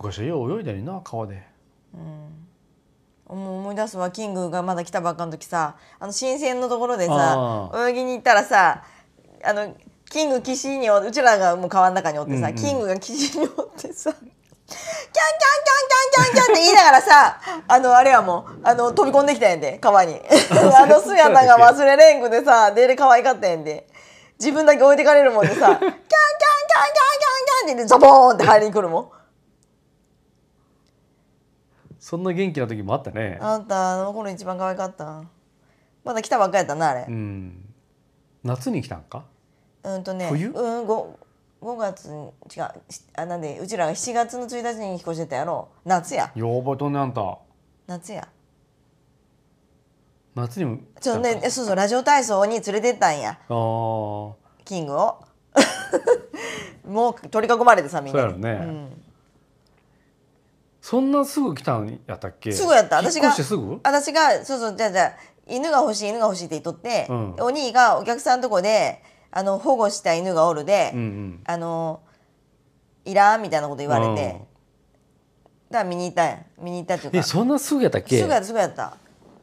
昔よう泳いだりな川で。 もう思い出すわ。キングがまだ来たばっかの時さ、新鮮のところでさ泳ぎに行ったらさ、キング岸にうちらがもう川の中におってさ、キングが岸におってさ、キャンキャンキャンキャンキャンキャンって言いながらさ、あれはもう飛び込んできたんやで川に。姿が忘れれんくでさ、で可愛かったんやんで。自分だけ置いてかれるもんでさ、キャンキャンキャンキャンキャンキャンって言ってザボーンって入りに来るもん。 そんな元気な時もあったね。 あんた頃一番可愛かった。まだ来たばっかやったなあれ。 夏に来たんか。 冬？5月違う。なんでうちらが7月の1日に引っ越してたやろ。夏や。 よう覚えとんねあんた。 夏や。 夏にもね、そうラジオ体操に連れてったんや。キングを。もう取り囲まれてさみんなに。 そうやろね。そんなすぐ来たんやったっけ？ すぐやった。私がそうじゃあ犬が欲しいって言っとって、お兄がお客さんのとこで保護した犬がおるで、いらんみたいなこと言われて、だから見に行ったっていうか。 そんなすぐやったっけ？ すぐやった。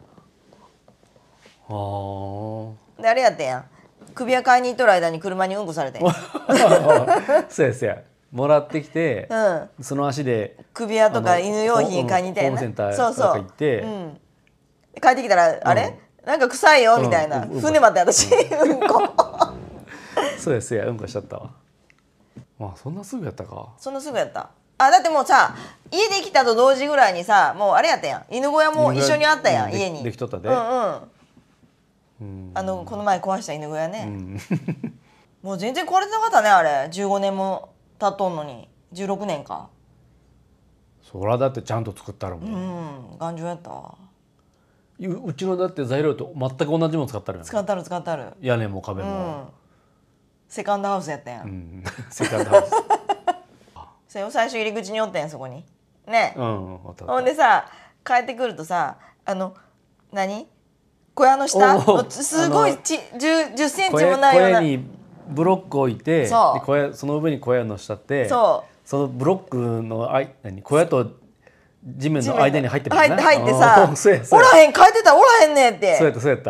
であれやったやん。首輪買いに行っとる間に車にうんこされてん。 そうやそうや。もらってきて、その足で首輪とか犬用品買いに行ったやんな。 ホームセンターとか行って、 帰ってきたらあれなんか臭いよみたいな。船まで私うんこ。 そうやそうや、うんこしちゃったわ。まあそんなすぐやったか。 そんなすぐやった。だってもうさ、家できたと同時ぐらいにさ、もうあれやったやん。犬小屋も一緒にあったやん、家に。 できとったで。 この前壊した犬小屋ね。もう全然壊れてなかったねあれ。15年も経っとんのに。16年か。 そらだってちゃんと作ったらもん。 頑丈やったわ。 うちのだって材料と全く同じもの使ったるよね。 使ったる。 屋根も壁も。 セカンドハウスやったやん。 セカンドハウス。 それを最初入り口におったやんそこに。ね。ほんでさ帰ってくるとさ何？小屋の下すごい10センチもないような。 小屋にブロック置いて、その上に小屋の下ってそのブロックの小屋と地面の間に入ってる入ってさおらへん帰ってたらおらへんねんって。 そうやった。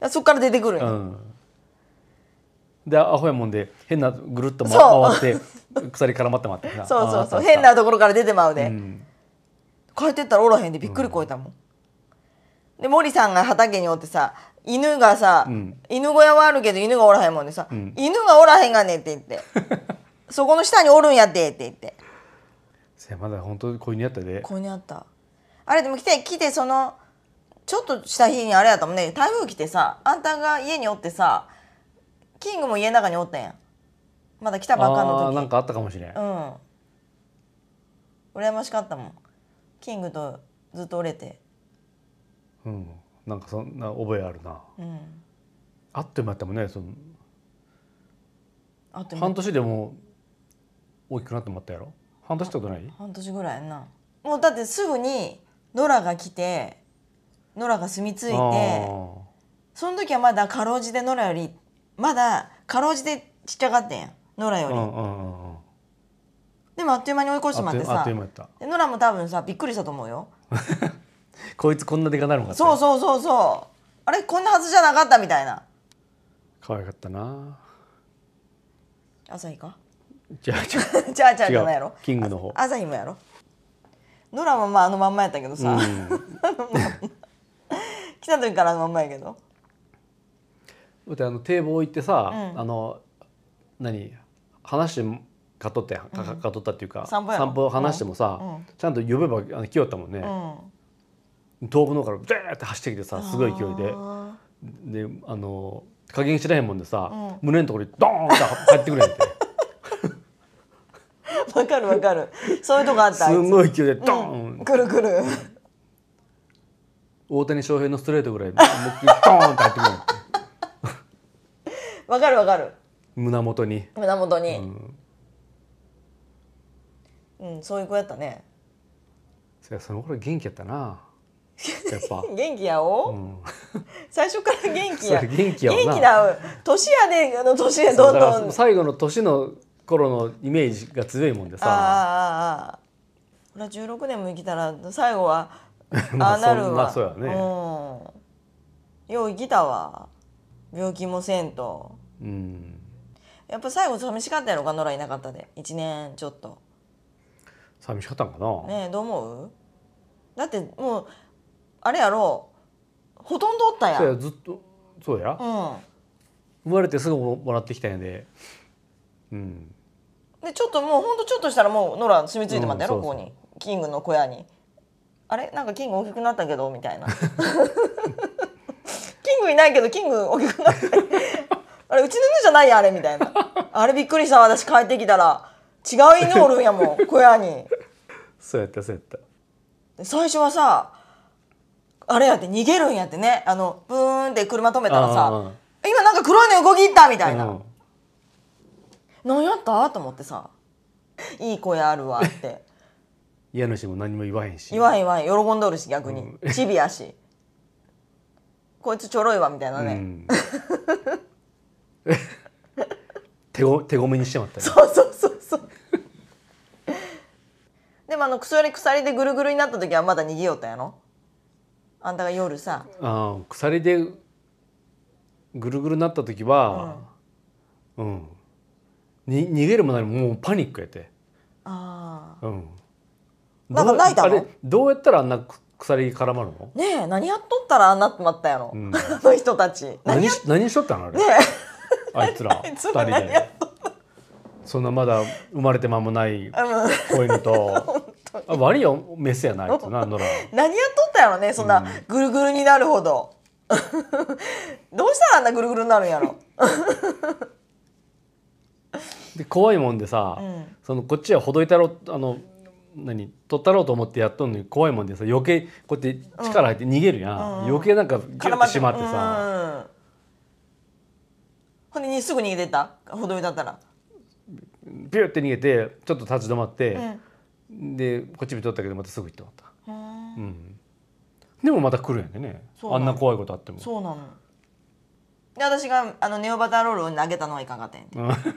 そっから出てくるんでアホやもんで変なぐるっと回って鎖絡まって待ってな。 そう変なところから出てまうで。帰ってったらおらへんでびっくりこえたもん。で森さんが畑におってさ、犬がさ、犬小屋はあるけど犬がおらへんもんでさ、犬がおらへんがねって言ってそこの下におるんやってって言って。 まだ本当に子犬やったで。 子犬やった。あれでも来てそのちょっとした日にあれやったもんね。台風来てさ、あんたが家におってさ、キングも家の中におったんやん。まだ来たばっかの時。 なんかあったかもしれん。 羨ましかったもん。キングとずっとおれて。 なんかそんな覚えあるな。あっという間やったもんね。半年でも大きくなってもらったやろ。半年ってことない？ 半年ぐらいやんな。もうだってすぐにノラが来て、ノラが住み着いて、その時はまだかろうじてノラよりまだかろうじてちっちゃかったんやノラより。でもあっという間に追い越してもらってさ、ノラも多分さびっくりしたと思うよ。 こいつこんなでかなるのかって。 そうあれこんなはずじゃなかったみたいな。 可愛かったな。 朝日か。 じゃないやろ。 キングの方。 朝日もやろ。ノラもまあまんまやったけどさ。来た時からまんまやけど。 だって堤防行ってさ、話して買っとったっていうか散歩話してもさ、ちゃんと呼べば来よったもんね。遠くのからゼーって走ってきてさ、すごい勢いで加減しらへんもんでさ、胸のところにドーンって入ってくれんって。 わかる。そういうとこあった。 すごい勢いでドーン。 くる。 大谷翔平のストレートぐらい思いっきりドーンって入ってくるって。 わかる。 胸元に。 そういう子やったね。 その頃元気やったな。やっぱ元気やお。最初から元気や。 元気やわな。 元気だ。年やで年でどんどん。 最後の年の頃のイメージが強いもんでさ。 俺は16年も生きたら最後はああなるわ。 そうやね。 よう生きたわ。病気もせんと。やっぱ最後寂しかったやろか、ノラいなかったで1年ちょっと。 寂しかったんかな。 ねえ、どう思う？だってもうあれやろ、ほとんどおったやん。 そうや、ずっとそうや。生まれてすぐもらってきたんやで。 でちょっともうほんとちょっとしたらもうノラ住み着いてまったやろ、ここにキングの小屋に。あれなんかキング大きくなったけどみたいな。キングいないけどキング大きくなった。あれうちの犬じゃないやあれみたいな。あれびっくりした。私帰ってきたら違う犬おるんやもん小屋に。 そうやったそうやった。 最初はさあれやって逃げるんやってね。ブーンって車止めたらさ、今なんか黒いの動きいったみたいな。何やったと思ってさ、いい小屋あるわって。 家主も何も言わへんし。 言わへん喜んどるし、逆にチビやし、こいつちょろいわみたいなね。 手ごめにしてまったよ。 そうでも鎖でぐるぐるになった時はまだ逃げよったんやろ。あんたが夜さ鎖でぐるぐるになった時は逃げるも何ももうパニックやって。 なんか泣いたの？ あれどうやったらあんな鎖絡まるの？ ねえ、何やっとったらあんなってまったやろ、あの人たち。 何しとったのあれ、あいつら2人で。そんなまだ生まれて間もない子犬と悪いよメスやなあいつな。ノラ何やっとったやろね、そんなぐるぐるになるほど。どうしたらあんなぐるぐるになるんやろ。 で怖いもんでさ、こっちはほどいたろ取ったろうと思ってやっとんのに怖いもんでさ、余計こうやって力入って逃げるやん、余計なんかギュッてしまってさ、 ほんですぐ逃げてったほどいたったらビュッて逃げてちょっと立ち止まって、でこっち見とったけどまたすぐ行ってまった。でもまた来るんやでね、あんな怖いことあっても。 そうなの。で私がネオバターロールを投げたのはいかんかったんやて。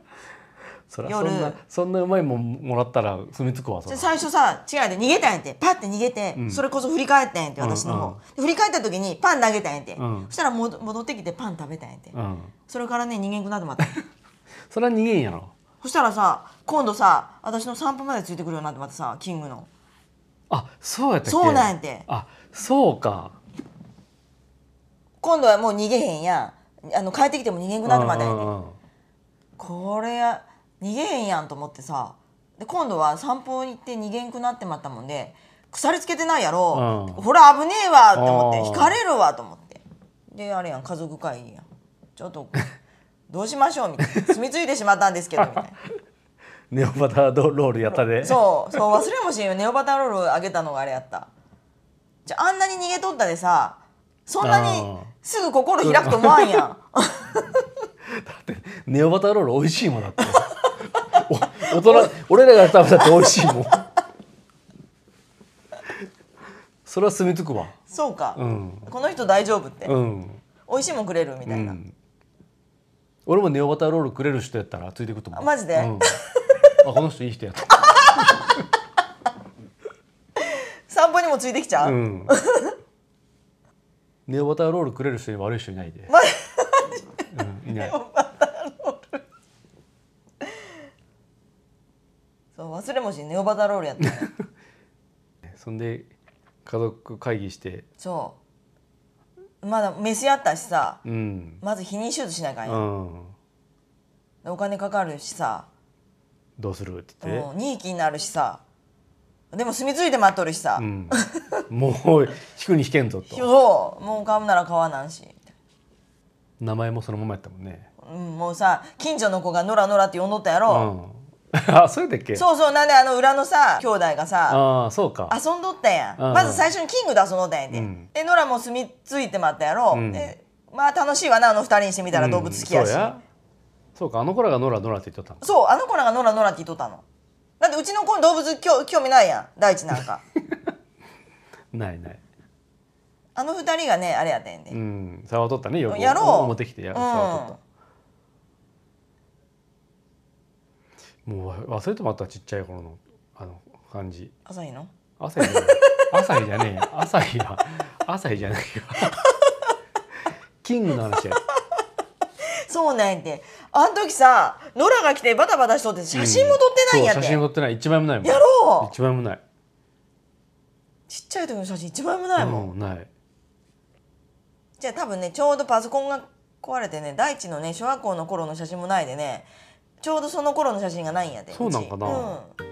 そんなうまいもんもらったら住み着くわ。 最初さ違うで逃げたんやて。パッて逃げて、それこそ振り返ったんやて私の方。振り返った時にパン投げたんやて。そしたら戻ってきてパン食べたんやて。それからね逃げんくなってまった。 それは逃げんやろ。 そしたらさ今度さ私の散歩までついてくるようになってまたさ、キングの。 そうやったっけ。 そうなんやて。 そうか。 今度はもう逃げへんやん。帰ってきても逃げんくなってまったんやて。これ逃げへんやんと思ってさ、で今度は散歩に行って逃げんくなってまったもんで、鎖つけてないやろ、ほら危ねえわって思って、引かれるわと思って、であれやん、家族会議やん、ちょっとどうしましょうみたいな、住み着いてしまったんですけどみたいな。 ネオバターロールやったで。 そう忘れもしんよ、ネオバターロールあげたのがあれやった。じゃあんなに逃げとったでさ、そんなにすぐ心開くと思わんやん。だってネオバターロール美味しいもんだって。俺らが食べたって美味しいもん。それは住み着くわ。 そうか、この人大丈夫って、美味しいもんくれるみたいな。 俺もネオバターロールくれる人やったらついてくと思う。 マジで、 この人いい人やった。 散歩にもついてきちゃう、 ネオバターロールくれる人に悪い人いないで。いない。 そう忘れもしネオバターロールやったね。 そんで家族会議して、 そうまだメスやったしさ、まず避妊手術しなきゃいけない、お金かかるしさ、 どうするって言って、 2匹になるしさ、でも住み着いて待っとるしさ、 もう引くに引けんぞと。 そうもう買うなら買わなんし、 名前もそのままやったもんね。 もうさ近所の子がノラノラって呼んどったやろ、 そうやったっけ。 そうなんで裏のさ兄弟がさそうか遊んどったやん、まず最初にキングで遊んどったんやで、でノラも住み着いてまったやろ、でまあ楽しいわな、2人にしてみたら動物好きやし、 そうか、あの子らがノラノラって言っとったの。 そう、あの子らがノラノラって言っとったの。だってうちの子に動物興味ないやん、大地なんか。 ないあの2人がねあれやってんで、 触っとったね、よくやろう持ってきて触っとった。もう忘れてもらった、ちっちゃい頃の感じ。 朝日の？ 朝日じゃない。朝日じゃねえよ。朝日は朝日じゃないよ。キングの話や。 そうなんやって。あの時さ、ノラが来てバタバタしとって写真も撮ってないんやって。 写真撮ってない。一枚もないもん。 やろう。 一枚もない。 ちっちゃい時の写真一枚もないもん。 ない。 じゃあ多分ね、ちょうどパソコンが壊れてね、大地のね小学校の頃の写真もないでね、ちょうどその頃の写真がないんやで。 そうなんかな。